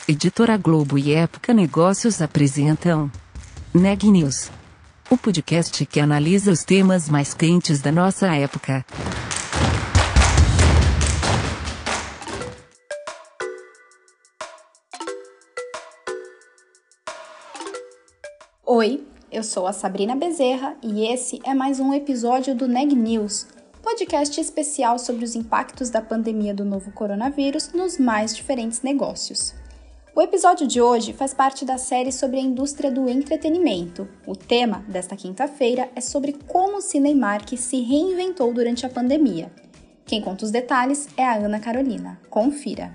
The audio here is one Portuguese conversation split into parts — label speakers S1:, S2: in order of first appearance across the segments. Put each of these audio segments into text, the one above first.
S1: Editora Globo e Época Negócios apresentam Neg News, o podcast que analisa os temas mais quentes da nossa época.
S2: Oi, eu sou a Sabrina Bezerra e esse é mais um episódio do Neg News, podcast especial sobre os impactos da pandemia do novo coronavírus nos mais diferentes negócios. O episódio de hoje faz parte da série sobre a indústria do entretenimento. O tema desta quinta-feira é sobre como o Cinemark se reinventou durante a pandemia. Quem conta os detalhes é a Ana Carolina. Confira.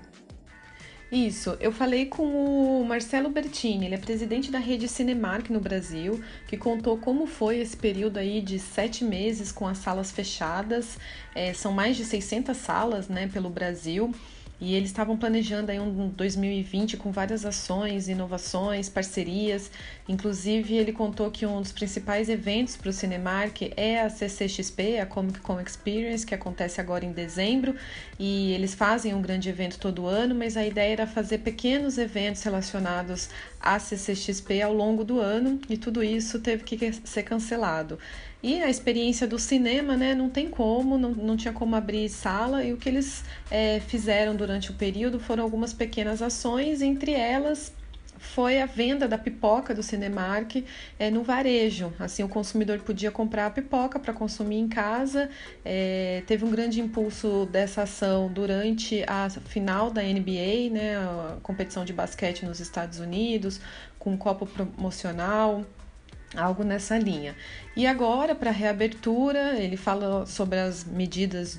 S3: Isso, eu falei com o Marcelo Bertini, ele é presidente da rede Cinemark no Brasil, que contou como foi esse período aí de 7 meses com as salas fechadas. São mais de 600 salas, né, pelo Brasil. E eles estavam planejando aí um 2020 com várias ações, inovações, parcerias. Inclusive, ele contou que um dos principais eventos para o Cinemark é a CCXP, a Comic Con Experience, que acontece agora em dezembro. E eles fazem um grande evento todo ano, mas a ideia era fazer pequenos eventos relacionados à CCXP ao longo do ano. E tudo isso teve que ser cancelado. E a experiência do cinema, né, não tem como, não tinha como abrir sala, e o que eles fizeram durante o período foram algumas pequenas ações, entre elas foi a venda da pipoca do Cinemark no varejo. Assim, o consumidor podia comprar a pipoca para consumir em casa. Teve um grande impulso dessa ação durante a final da NBA, né, a competição de basquete nos Estados Unidos, com um copo promocional, algo nessa linha. E agora, para a reabertura, ele fala sobre as medidas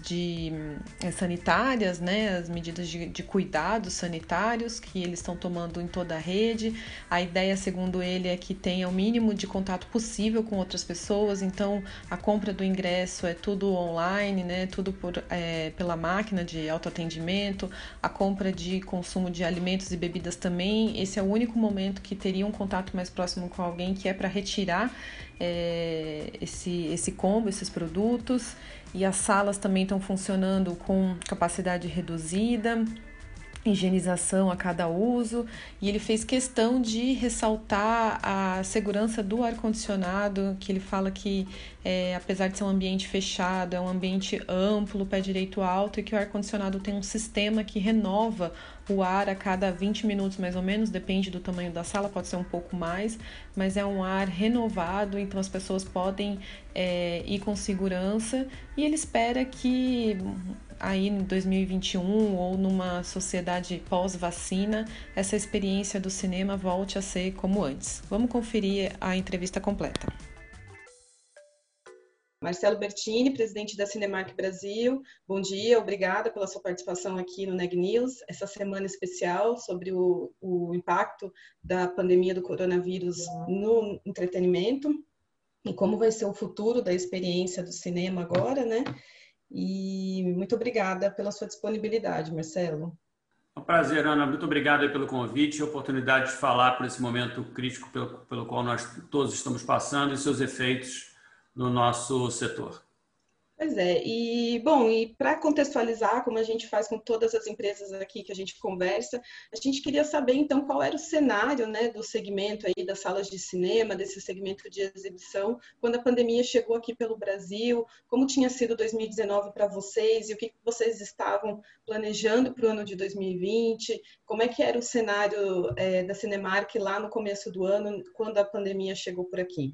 S3: sanitárias, né, as medidas de cuidados sanitários que eles estão tomando em toda a rede. A ideia, segundo ele, é que tenha o mínimo de contato possível com outras pessoas, então a compra do ingresso é tudo online, né, tudo pela máquina de autoatendimento, a compra de consumo de alimentos e bebidas também. Esse é o único momento que teria um contato mais próximo com alguém, que é para retirar esse combo, esses produtos. E as salas também estão funcionando com capacidade reduzida, higienização a cada uso, e ele fez questão de ressaltar a segurança do ar-condicionado, que ele fala que apesar de ser um ambiente fechado, é um ambiente amplo, pé direito alto, e que o ar-condicionado tem um sistema que renova o ar a cada 20 minutos mais ou menos, depende do tamanho da sala, pode ser um pouco mais, mas é um ar renovado, então as pessoas podem ir com segurança, e ele espera que aí em 2021 ou numa sociedade pós-vacina, essa experiência do cinema volte a ser como antes. Vamos conferir a entrevista completa.
S4: Marcelo Bertini, presidente da Cinemark Brasil. Bom dia, obrigada pela sua participação aqui no Neg News, essa semana especial sobre o impacto da pandemia do coronavírus no entretenimento e como vai ser o futuro da experiência do cinema agora, né? E muito obrigada pela sua disponibilidade, Marcelo.
S5: É um prazer, Ana. Muito obrigado pelo convite e a oportunidade de falar por esse momento crítico pelo qual nós todos estamos passando e seus efeitos no nosso setor.
S4: Pois é, e para contextualizar, como a gente faz com todas as empresas aqui que a gente conversa, a gente queria saber então qual era o cenário, né, do segmento aí das salas de cinema, desse segmento de exibição, quando a pandemia chegou aqui pelo Brasil, como tinha sido 2019 para vocês e o que vocês estavam planejando para o ano de 2020, como é que era o cenário da Cinemark lá no começo do ano, quando a pandemia chegou por aqui?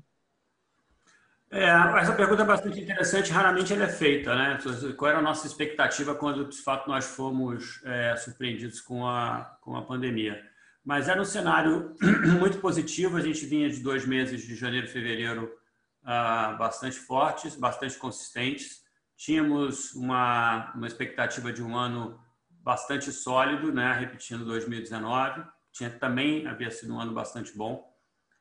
S5: Essa pergunta é bastante interessante, raramente ela é feita, né? Qual era a nossa expectativa quando, de fato, nós fomos surpreendidos com a pandemia? Mas era um cenário muito positivo, a gente vinha de 2 meses de janeiro e fevereiro bastante fortes, bastante consistentes. Tínhamos uma expectativa de um ano bastante sólido, né? Repetindo 2019, também havia sido um ano bastante bom.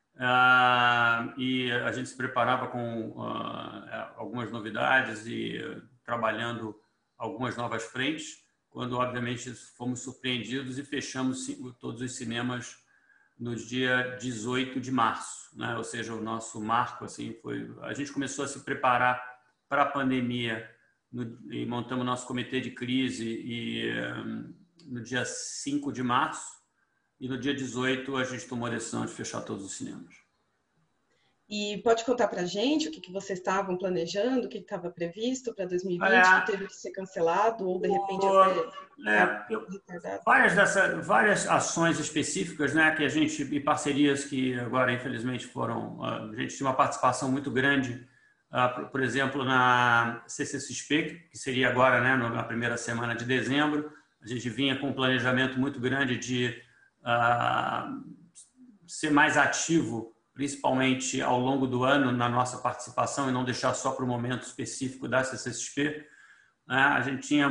S5: E a gente se preparava com algumas novidades e trabalhando algumas novas frentes, quando obviamente fomos surpreendidos e fechamos todos os cinemas no dia 18 de março, né? Ou seja, o nosso marco assim foi, a gente começou a se preparar para a pandemia e montamos nosso comitê de crise no dia 5 de março. e no dia 18 a gente tomou a decisão de fechar todos os cinemas.
S4: E pode contar para a gente o que vocês estavam planejando, o que estava previsto para 2020, que teve que ser cancelado ou de repente
S5: retardado? Várias ações específicas, né, que a gente, e parcerias que agora infelizmente foram, a gente tinha uma participação muito grande, por exemplo, na CCXP, que seria agora, né, na primeira semana de dezembro. A gente vinha com um planejamento muito grande de ser mais ativo, principalmente ao longo do ano, na nossa participação e não deixar só para o momento específico da CCXP. A gente tinha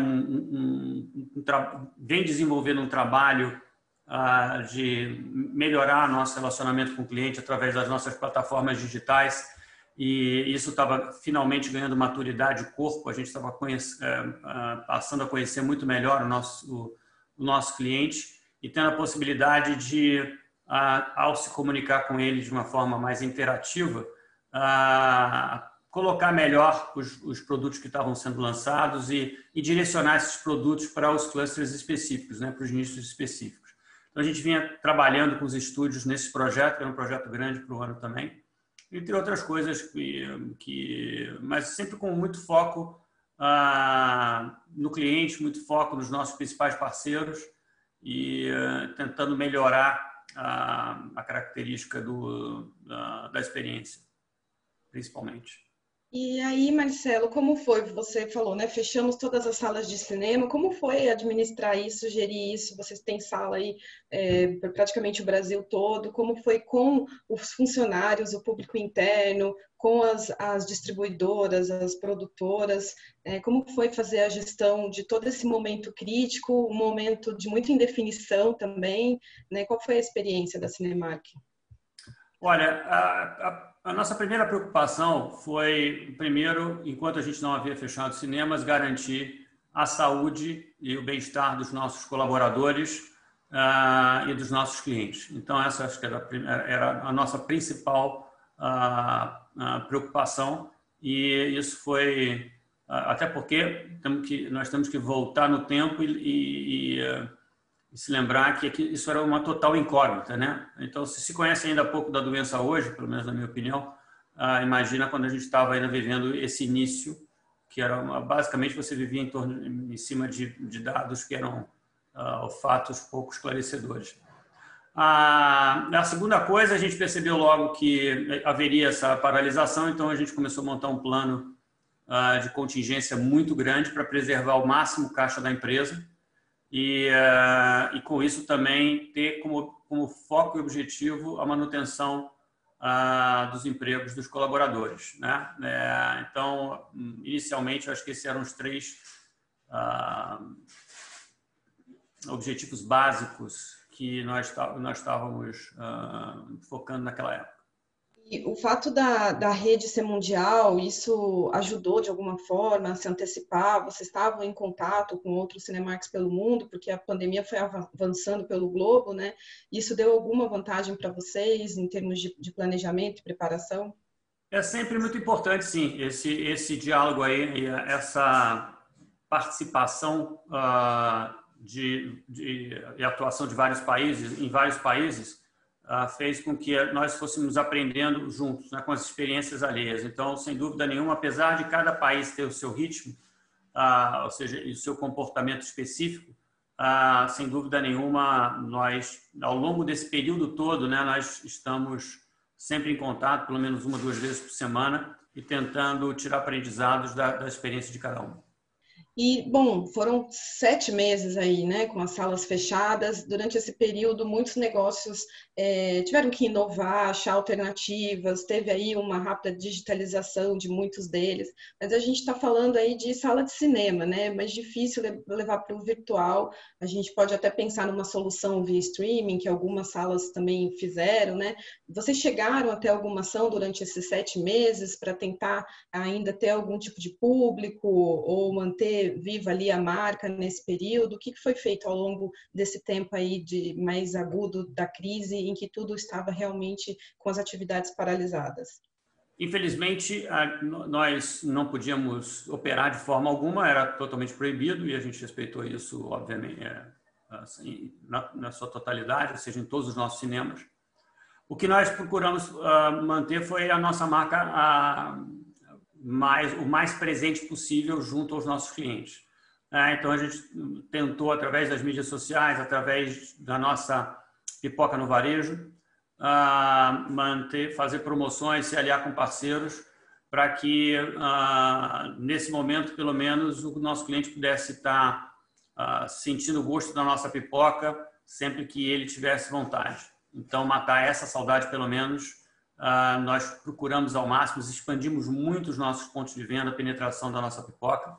S5: vem desenvolvendo um trabalho de melhorar nosso relacionamento com o cliente através das nossas plataformas digitais, e isso estava finalmente ganhando maturidade, o corpo. A gente estava passando a conhecer muito melhor o nosso cliente e tendo a possibilidade de, ao se comunicar com ele de uma forma mais interativa, colocar melhor os produtos que estavam sendo lançados e direcionar esses produtos para os clusters específicos, né, para os nichos específicos. Então, a gente vinha trabalhando com os estúdios nesse projeto, que era um projeto grande para o ano também, entre outras coisas, mas sempre com muito foco no cliente, muito foco nos nossos principais parceiros e tentando melhorar a característica da experiência, principalmente.
S4: E aí, Marcelo, como foi? Você falou, né? Fechamos todas as salas de cinema. Como foi administrar isso, gerir isso? Vocês têm sala aí para praticamente o Brasil todo. Como foi com os funcionários, o público interno, com as distribuidoras, as produtoras? Como foi fazer a gestão de todo esse momento crítico, um momento de muita indefinição também, né? Qual foi a experiência da Cinemark?
S5: Olha, a nossa primeira preocupação foi, primeiro, enquanto a gente não havia fechado cinemas, garantir a saúde e o bem-estar dos nossos colaboradores e dos nossos clientes. Então, essa acho que era a nossa principal preocupação, e isso foi, até porque nós temos que voltar no tempo e se lembrar que isso era uma total incógnita, né? Então, se conhece ainda pouco da doença hoje, pelo menos na minha opinião, imagina quando a gente estava ainda vivendo esse início, que era basicamente você vivia em cima de dados que eram fatos pouco esclarecedores. A segunda coisa, a gente percebeu logo que haveria essa paralisação, então a gente começou a montar um plano de contingência muito grande para preservar ao máximo o caixa da empresa. E com isso também ter como foco e objetivo a manutenção dos empregos dos colaboradores, né? Então, inicialmente, eu acho que esses eram os três objetivos básicos que nós estávamos focando naquela época.
S4: E o fato da rede ser mundial, isso ajudou de alguma forma a se antecipar? Vocês estavam em contato com outros Cinemarks pelo mundo, porque a pandemia foi avançando pelo globo, né? Isso deu alguma vantagem para vocês em termos de planejamento e preparação?
S5: É sempre muito importante, sim, esse diálogo aí, essa participação e atuação de vários países, em vários países, fez com que nós fôssemos aprendendo juntos, né, com as experiências alheias. Então, sem dúvida nenhuma, apesar de cada país ter o seu ritmo, ou seja, o seu comportamento específico, sem dúvida nenhuma, nós, ao longo desse período todo, né, nós estamos sempre em contato, pelo menos 1 ou 2 vezes por semana, e tentando tirar aprendizados da experiência de cada um.
S4: E, bom, foram 7 meses aí, né, com as salas fechadas. Durante esse período, muitos negócios tiveram que inovar, achar alternativas. Teve aí uma rápida digitalização de muitos deles. Mas a gente está falando aí de sala de cinema, né? É mais difícil levar para o virtual. A gente pode até pensar numa solução via streaming, que algumas salas também fizeram, né? Vocês chegaram até alguma ação durante esses 7 meses para tentar ainda ter algum tipo de público ou manter viva ali a marca nesse período? O que foi feito ao longo desse tempo aí de mais agudo da crise, em que tudo estava realmente com as atividades paralisadas?
S5: Infelizmente, nós não podíamos operar de forma alguma, era totalmente proibido, e a gente respeitou isso, obviamente, assim, na sua totalidade, ou seja, em todos os nossos cinemas. O que nós procuramos manter foi a nossa marca o mais presente possível junto aos nossos clientes. Então, a gente tentou, através das mídias sociais, através da nossa Pipoca no Varejo, fazer promoções, se aliar com parceiros, para que, nesse momento, pelo menos, o nosso cliente pudesse estar sentindo o gosto da nossa pipoca sempre que ele tivesse vontade. Então, matar essa saudade, pelo menos, nós procuramos ao máximo, expandimos muito os nossos pontos de venda, a penetração da nossa pipoca.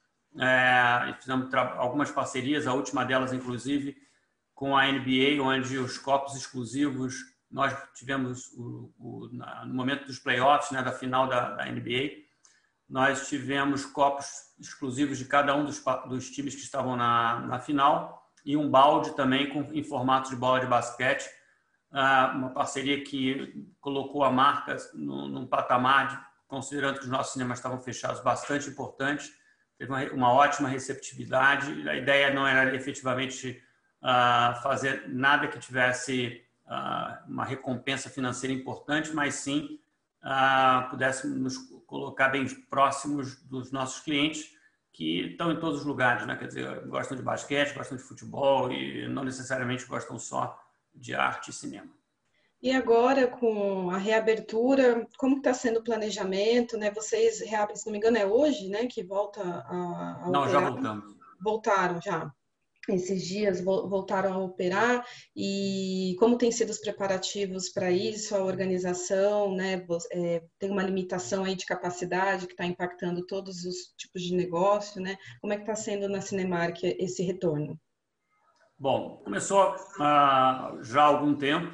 S5: Fizemos algumas parcerias, a última delas, inclusive, com a NBA, onde os copos exclusivos, nós tivemos, no momento dos playoffs, né, da final da NBA, nós tivemos copos exclusivos de cada um dos times que estavam na final e um balde também em formato de bola de basquete, uma parceria que colocou a marca num patamar, considerando que os nossos cinemas estavam fechados, bastante importante. Teve uma ótima receptividade. A ideia não era efetivamente fazer nada que tivesse uma recompensa financeira importante, mas sim pudesse nos colocar bem próximos dos nossos clientes, que estão em todos os lugares, né? Quer dizer, gostam de basquete, gostam de futebol e não necessariamente gostam só de arte e cinema.
S4: E agora, com a reabertura, como está sendo o planejamento, né? Vocês reabrem, se não me engano, é hoje, né? Que volta a
S5: Não,
S4: operar.
S5: já voltamos.
S4: Voltaram já. Esses dias voltaram a operar. E como têm sido os preparativos para isso, a organização, né? Tem uma limitação aí de capacidade que está impactando todos os tipos de negócio, né? Como é que está sendo na Cinemark esse retorno?
S5: Bom, começou já há algum tempo,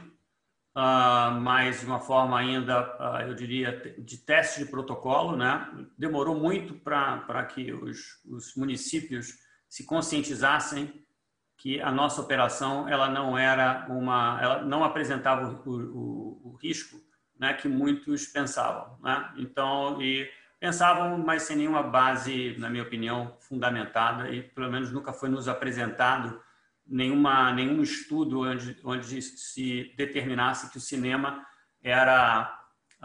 S5: mas de uma forma ainda, eu diria, de teste de protocolo, né? Demorou muito para que os municípios se conscientizassem que a nossa operação ela não apresentava o risco, né, que muitos pensavam, né? Então, pensavam, mas sem nenhuma base, na minha opinião, fundamentada, e pelo menos nunca foi nos apresentado nenhum estudo onde se determinasse que o cinema era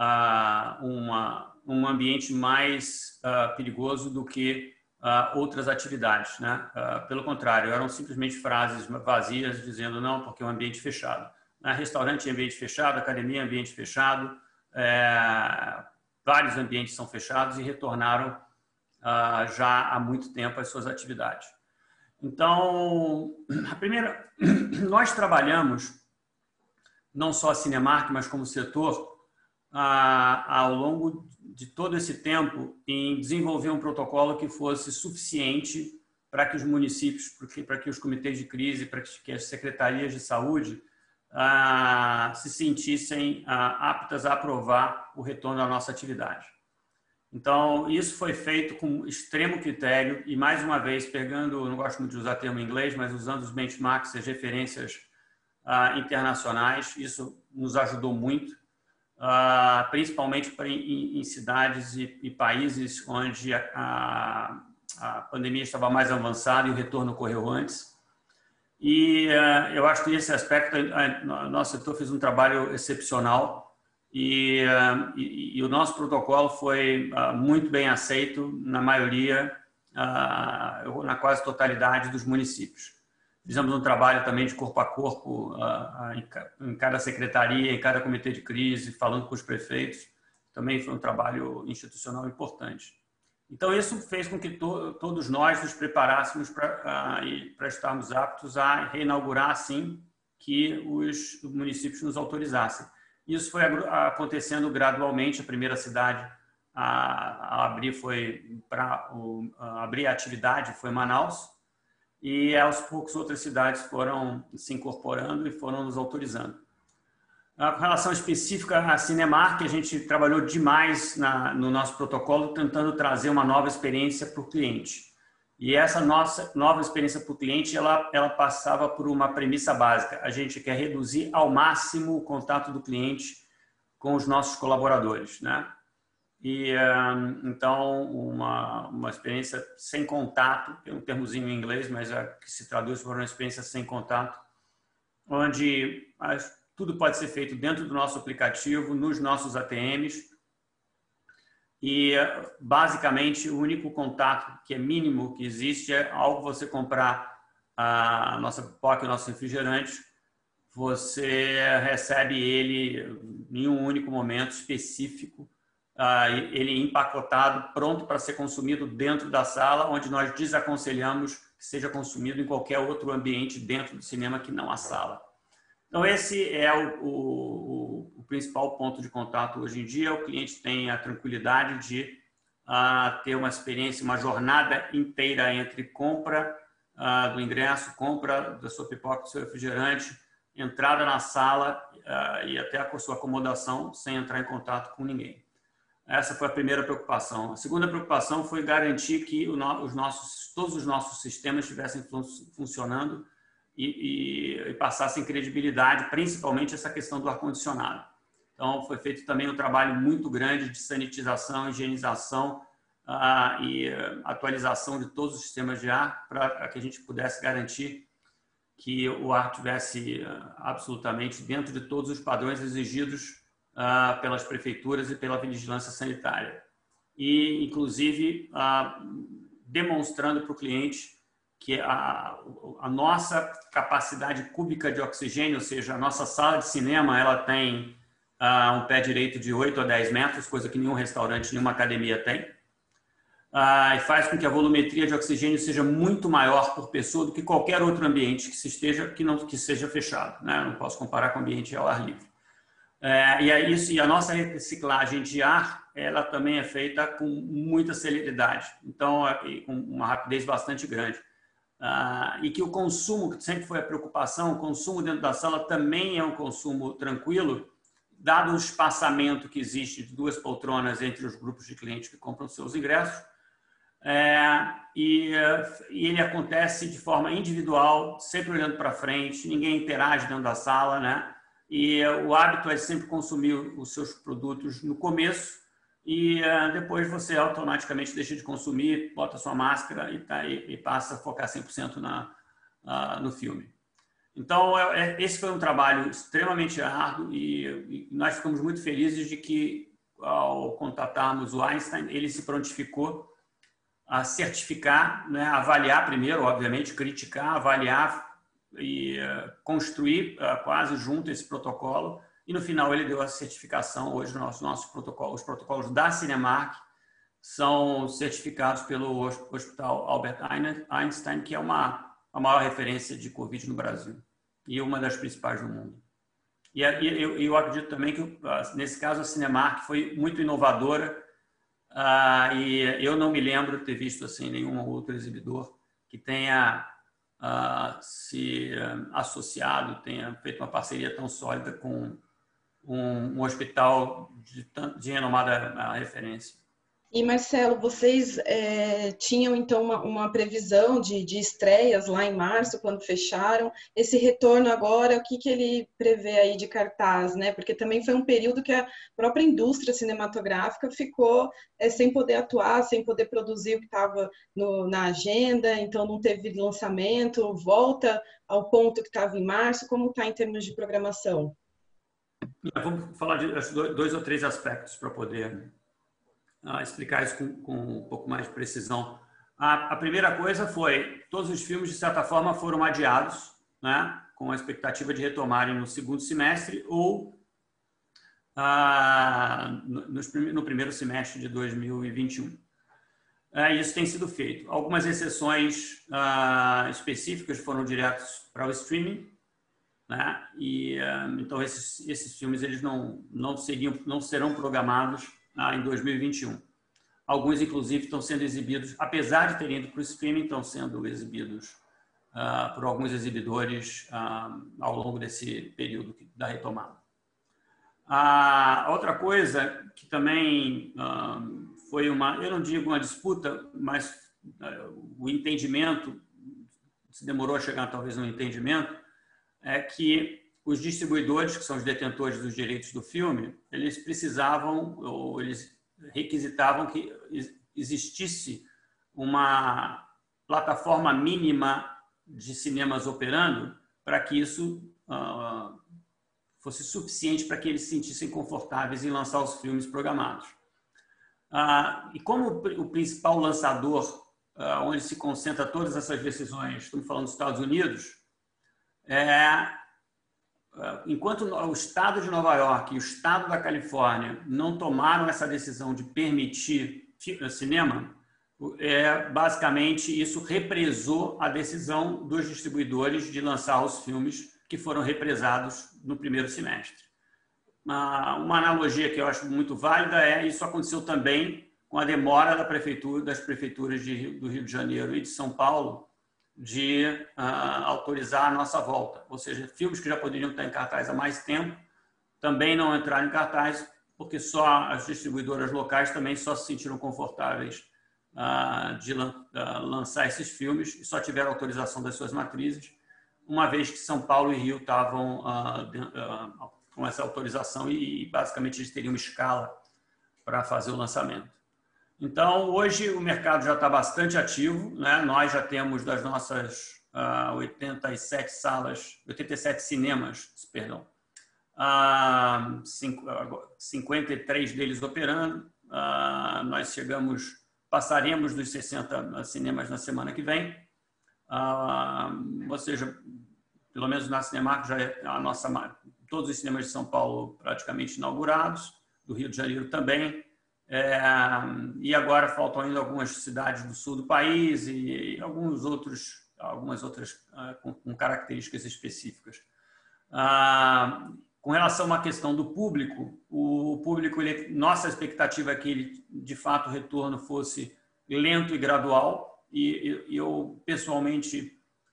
S5: um ambiente mais perigoso do que outras atividades, né? Pelo contrário, eram simplesmente frases vazias dizendo não, porque é um ambiente fechado. Restaurante é ambiente fechado, academia é ambiente fechado, vários ambientes são fechados e retornaram já há muito tempo às suas atividades. Então, nós trabalhamos, não só a Cinemark, mas como setor, ao longo de todo esse tempo, em desenvolver um protocolo que fosse suficiente para que os municípios, para que os comitês de crise, para que as secretarias de saúde se sentissem aptas a aprovar o retorno da nossa atividade. Então, isso foi feito com extremo critério e, mais uma vez, não gosto muito de usar termo em inglês, mas usando os benchmarks, as referências internacionais, isso nos ajudou muito, principalmente em cidades e países onde a pandemia estava mais avançada e o retorno ocorreu antes. E eu acho que nesse aspecto, o nosso setor fez um trabalho excepcional. E o nosso protocolo foi muito bem aceito na maioria, na quase totalidade dos municípios. Fizemos um trabalho também de corpo a corpo em cada secretaria, em cada comitê de crise, falando com os prefeitos. Também foi um trabalho institucional importante. Então, isso fez com que todos nós nos preparássemos para estarmos aptos a reinaugurar assim que os municípios nos autorizassem. Isso foi acontecendo gradualmente. A primeira cidade a abrir a atividade foi Manaus, e aos poucos outras cidades foram se incorporando e foram nos autorizando. Com relação específica à Cinemark, a gente trabalhou demais no nosso protocolo, tentando trazer uma nova experiência para o cliente. E essa nossa nova experiência para o cliente, ela passava por uma premissa básica. A gente quer reduzir ao máximo o contato do cliente com os nossos colaboradores, né? E, então, uma experiência sem contato, tem um termozinho em inglês, mas que se traduz por uma experiência sem contato, onde tudo pode ser feito dentro do nosso aplicativo, nos nossos ATMs, e, basicamente, o único contato que é mínimo que existe é ao você comprar a nossa pipoca, o nosso refrigerante, você recebe ele em um único momento específico, ele empacotado, pronto para ser consumido dentro da sala, onde nós desaconselhamos que seja consumido em qualquer outro ambiente dentro do cinema que não a sala. Então, esse é o principal ponto de contato hoje em dia. O cliente tem a tranquilidade de ter uma experiência, uma jornada inteira entre compra do ingresso, compra da sua pipoca, do seu refrigerante, entrada na sala e até a sua acomodação sem entrar em contato com ninguém. Essa foi a primeira preocupação. A segunda preocupação foi garantir que todos os nossos sistemas estivessem funcionando e passassem credibilidade, principalmente essa questão do ar-condicionado. Então, foi feito também um trabalho muito grande de sanitização, higienização e atualização de todos os sistemas de ar para que a gente pudesse garantir que o ar estivesse absolutamente dentro de todos os padrões exigidos pelas prefeituras e pela vigilância sanitária. E, inclusive, demonstrando para o cliente que a nossa capacidade cúbica de oxigênio, ou seja, a nossa sala de cinema, ela tem um pé direito de 8 a 10 metros, coisa que nenhum restaurante, nenhuma academia tem. E faz com que a volumetria de oxigênio seja muito maior por pessoa do que qualquer outro ambiente que seja fechado, né? Eu não posso comparar com o ambiente ao ar livre. E a nossa reciclagem de ar, ela também é feita com muita celeridade, então com uma rapidez bastante grande. E que o consumo, que sempre foi a preocupação, o consumo dentro da sala também é um consumo tranquilo, dado o espaçamento que existe de 2 poltronas entre os grupos de clientes que compram seus ingressos, e ele acontece de forma individual, sempre olhando para frente, ninguém interage dentro da sala, né? E o hábito é sempre consumir os seus produtos no começo e depois você automaticamente deixa de consumir, bota sua máscara e passa a focar 100% no filme. Então, esse foi um trabalho extremamente árduo e nós ficamos muito felizes de que, ao contatarmos o Einstein, ele se prontificou a certificar, né, avaliar primeiro, obviamente, criticar, avaliar e construir quase junto esse protocolo. E, no final, ele deu a certificação. Hoje, os protocolos da Cinemark são certificados pelo Hospital Albert Einstein, que é a maior referência de Covid no Brasil e uma das principais do mundo. E eu acredito também que, nesse caso, a Cinemark foi muito inovadora e eu não me lembro de ter visto assim, nenhum outro exibidor que tenha se associado, tenha feito uma parceria tão sólida com um hospital de renomada referência.
S4: E, Marcelo, vocês tinham, então, uma previsão de estreias lá em março, quando fecharam. Esse retorno agora, o que ele prevê aí de cartaz, né? Porque também foi um período que a própria indústria cinematográfica ficou sem poder atuar, sem poder produzir o que estava na agenda, então não teve lançamento, volta ao ponto que estava em março. Como está em termos de programação?
S5: Vamos falar de 2 ou 3 aspectos para poder explicar isso com um pouco mais de precisão. A primeira coisa foi, todos os filmes, de certa forma, foram adiados, né, com a expectativa de retomarem no segundo semestre ou no primeiro semestre de 2021. Isso tem sido feito. Algumas exceções específicas foram diretos para o streaming, né, então esses filmes eles não serão programados em 2021. Alguns, inclusive, estão sendo exibidos, apesar de terem ido para o streaming, estão sendo exibidos por alguns exibidores ao longo desse período da retomada. Outra coisa que também foi eu não digo uma disputa, mas o entendimento, se demorou a chegar talvez a um entendimento, é que os distribuidores, que são os detentores dos direitos do filme, eles precisavam, ou eles requisitavam que existisse uma plataforma mínima de cinemas operando para que isso fosse suficiente para que eles se sentissem confortáveis em lançar os filmes programados. E como o principal lançador, onde se concentra todas essas decisões, estamos falando dos Estados Unidos, enquanto o Estado de Nova York e o Estado da Califórnia não tomaram essa decisão de permitir cinema, basicamente isso represou a decisão dos distribuidores de lançar os filmes que foram represados no primeiro semestre. Uma analogia que eu acho muito válida isso aconteceu também com a demora das prefeituras do Rio de Janeiro e de São Paulo de autorizar a nossa volta. Ou seja, filmes que já poderiam estar em cartaz há mais tempo também não entraram em cartaz porque só as distribuidoras locais também só se sentiram confortáveis de lançar esses filmes e só tiveram autorização das suas matrizes, uma vez que São Paulo e Rio estavam com essa autorização e basicamente eles teriam escala para fazer o lançamento. Então, hoje o mercado já está bastante ativo, né? Nós já temos das nossas 87 cinemas, perdão, 53 deles operando. Nós passaremos dos 60 cinemas na semana que vem. Ou seja, pelo menos na Cinemark já todos os cinemas de São Paulo praticamente inaugurados, do Rio de Janeiro também. E agora faltam ainda algumas cidades do sul do país e algumas outras com características específicas. Com relação a uma questão do público, nossa expectativa é que ele, de fato, o retorno fosse lento e gradual, e eu, pessoalmente,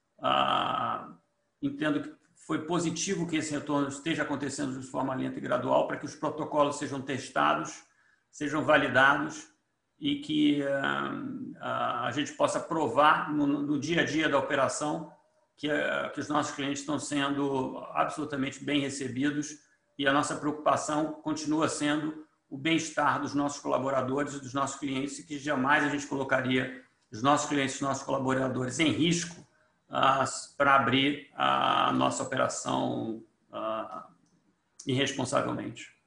S5: entendo que foi positivo que esse retorno esteja acontecendo de forma lenta e gradual, para que os protocolos sejam testados, sejam validados e que a gente possa provar no dia a dia da operação que os nossos clientes estão sendo absolutamente bem recebidos, e a nossa preocupação continua sendo o bem-estar dos nossos colaboradores e dos nossos clientes, e que jamais a gente colocaria os nossos clientes e os nossos colaboradores em risco para abrir a nossa operação irresponsavelmente.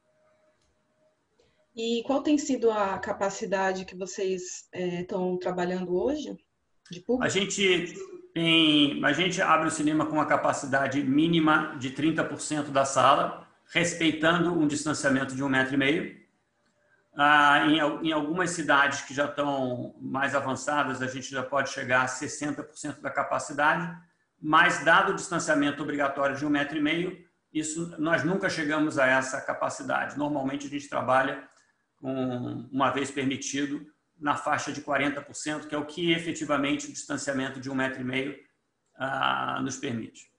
S4: E qual tem sido a capacidade que vocês estão trabalhando hoje de público?
S5: A gente abre o cinema com uma capacidade mínima de 30% da sala, respeitando um distanciamento de 1,5 metro. Em algumas cidades que já estão mais avançadas, a gente já pode chegar a 60% da capacidade, mas dado o distanciamento obrigatório de 1,5 metro, nós nunca chegamos a essa capacidade. Normalmente a gente trabalha com, uma vez permitido, na faixa de 40%, que é o que efetivamente o distanciamento de 1,5 metro nos permite.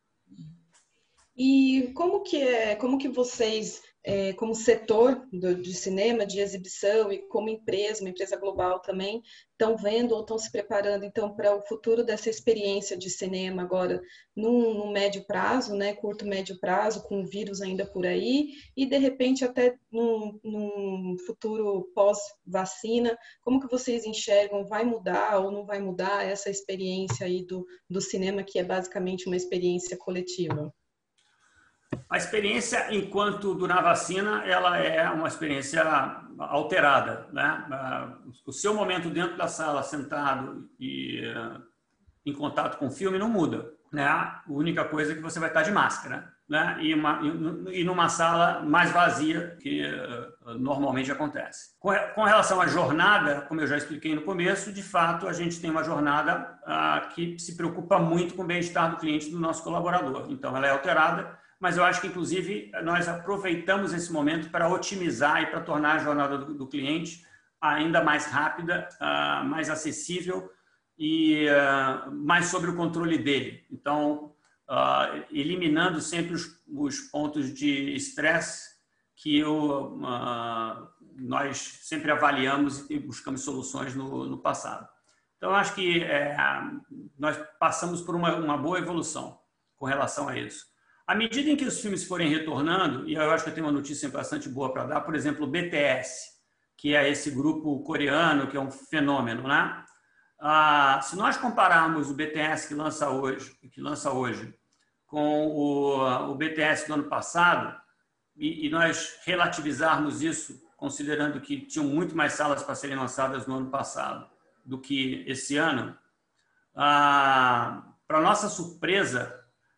S4: E como que vocês, como setor de cinema, de exibição e como empresa, uma empresa global também, estão vendo ou estão se preparando então para o futuro dessa experiência de cinema agora num médio prazo, né, curto médio prazo, com o vírus ainda por aí, e de repente até num futuro pós-vacina, como que vocês enxergam, vai mudar ou não vai mudar essa experiência aí do cinema, que é basicamente uma experiência coletiva?
S5: A experiência, enquanto durar a vacina, ela é uma experiência alterada, né? O seu momento dentro da sala, sentado e em contato com o filme, não muda, né? A única coisa é que você vai estar de máscara, né? E numa sala mais vazia, que normalmente acontece. Com relação à jornada, como eu já expliquei no começo, de fato, a gente tem uma jornada que se preocupa muito com o bem-estar do cliente, do nosso colaborador. Então, ela é alterada, mas eu acho que, inclusive, nós aproveitamos esse momento para otimizar e para tornar a jornada do cliente ainda mais rápida, mais acessível e mais sob o controle dele. Então, eliminando sempre os pontos de estresse que nós sempre avaliamos e buscamos soluções no passado. Então, eu acho que nós passamos por uma boa evolução com relação a isso. À medida em que os filmes forem retornando, e eu acho que eu tenho uma notícia bastante boa para dar, por exemplo, o BTS, que é esse grupo coreano, que é um fenômeno, né? Se nós compararmos o BTS que lança hoje com o BTS do ano passado, e nós relativizarmos isso, considerando que tinham muito mais salas para serem lançadas no ano passado do que esse ano, para nossa surpresa,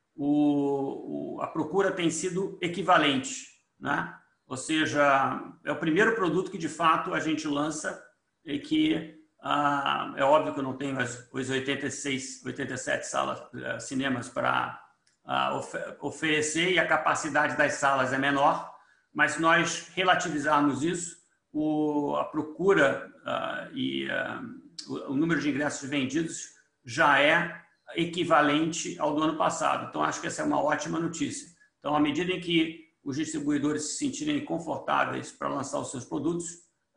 S5: a procura tem sido equivalente, né? Ou seja, é o primeiro produto que, de fato, a gente lança e que é óbvio que eu não tenho as 87 cinemas para oferecer e a capacidade das salas é menor, mas se nós relativizarmos isso, a procura e o número de ingressos vendidos já é equivalente ao do ano passado. Então, acho que essa é uma ótima notícia. Então, à medida em que os distribuidores se sentirem confortáveis para lançar os seus produtos,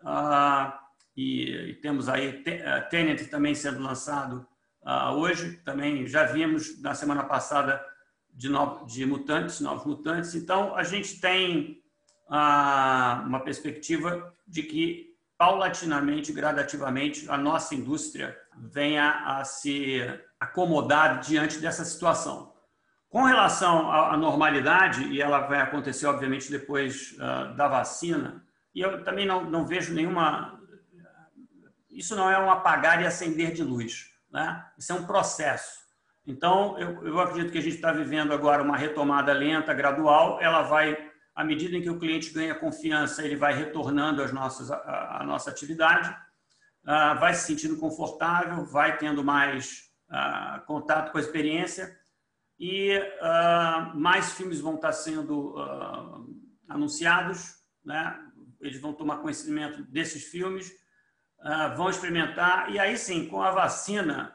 S5: e temos aí Tenet também sendo lançado hoje, também já vimos na semana passada de novos mutantes. Então, a gente tem uma perspectiva de que, paulatinamente, gradativamente, a nossa indústria venha a se acomodar diante dessa situação. Com relação à normalidade, e ela vai acontecer, obviamente, depois da vacina, e eu também não vejo nenhuma... Isso não é um apagar e acender de luz, né? Isso é um processo. Então, eu acredito que a gente está vivendo agora uma retomada lenta, gradual. Ela vai, à medida em que o cliente ganha confiança, ele vai retornando à nossa atividade, vai se sentindo confortável, vai tendo mais contato com a experiência e mais filmes vão estar sendo anunciados, né? Eles vão tomar conhecimento desses filmes, vão experimentar e aí sim, com a vacina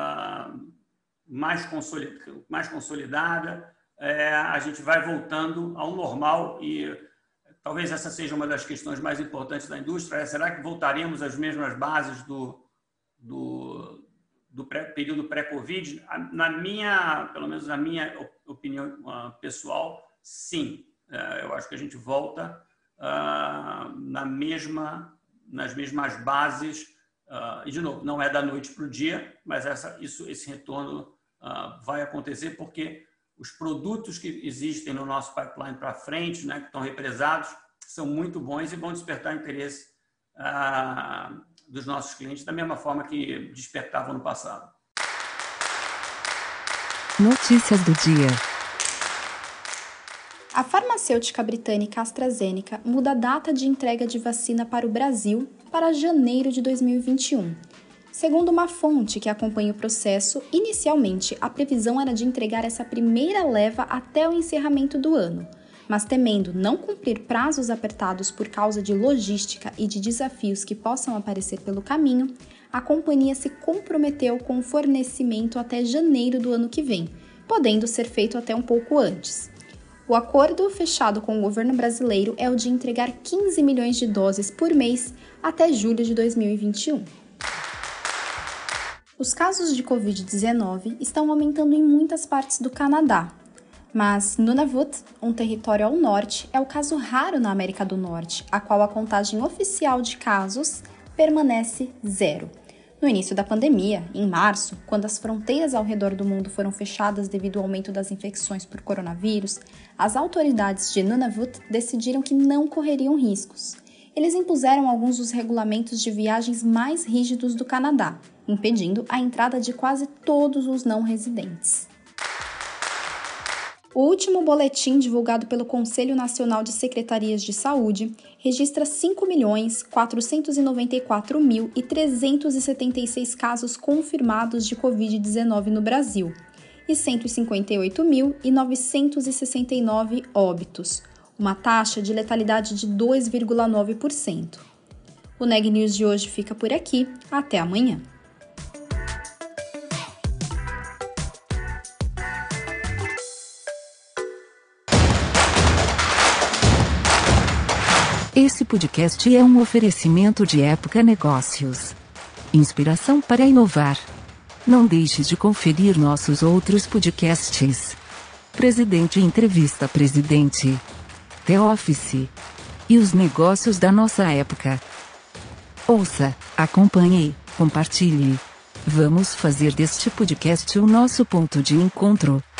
S5: mais consolidada, a gente vai voltando ao normal e talvez essa seja uma das questões mais importantes da indústria. Será que voltaremos às mesmas bases do período pré-Covid? Pelo menos na minha opinião pessoal, sim. Eu acho que a gente volta nas mesmas bases. E, de novo, não é da noite para o dia, mas esse retorno vai acontecer porque os produtos que existem no nosso pipeline para frente, né, que estão represados, são muito bons e vão despertar interesse dos nossos clientes da mesma forma que despertavam no passado.
S1: Notícias do dia.
S2: A farmacêutica britânica AstraZeneca muda a data de entrega de vacina para o Brasil para janeiro de 2021. Segundo uma fonte que acompanha o processo, inicialmente a previsão era de entregar essa primeira leva até o encerramento do ano, mas temendo não cumprir prazos apertados por causa de logística e de desafios que possam aparecer pelo caminho, a companhia se comprometeu com o fornecimento até janeiro do ano que vem, podendo ser feito até um pouco antes. O acordo fechado com o governo brasileiro é o de entregar 15 milhões de doses por mês até julho de 2021. Os casos de Covid-19 estão aumentando em muitas partes do Canadá, mas Nunavut, um território ao norte, é o caso raro na América do Norte, a qual a contagem oficial de casos permanece 0. No início da pandemia, em março, quando as fronteiras ao redor do mundo foram fechadas devido ao aumento das infecções por coronavírus, as autoridades de Nunavut decidiram que não correriam riscos. Eles impuseram alguns dos regulamentos de viagens mais rígidos do Canadá, impedindo a entrada de quase todos os não residentes. O último boletim divulgado pelo Conselho Nacional de Secretarias de Saúde registra 5.494.376 casos confirmados de Covid-19 no Brasil e 158.969 óbitos, uma taxa de letalidade de 2,9%. O Neg News de hoje fica por aqui. Até amanhã!
S1: Esse podcast é um oferecimento de Época Negócios. Inspiração para inovar. Não deixe de conferir nossos outros podcasts. Presidente Entrevista Presidente. The Office. E os negócios da nossa época. Ouça, acompanhe, compartilhe. Vamos fazer deste podcast o nosso ponto de encontro.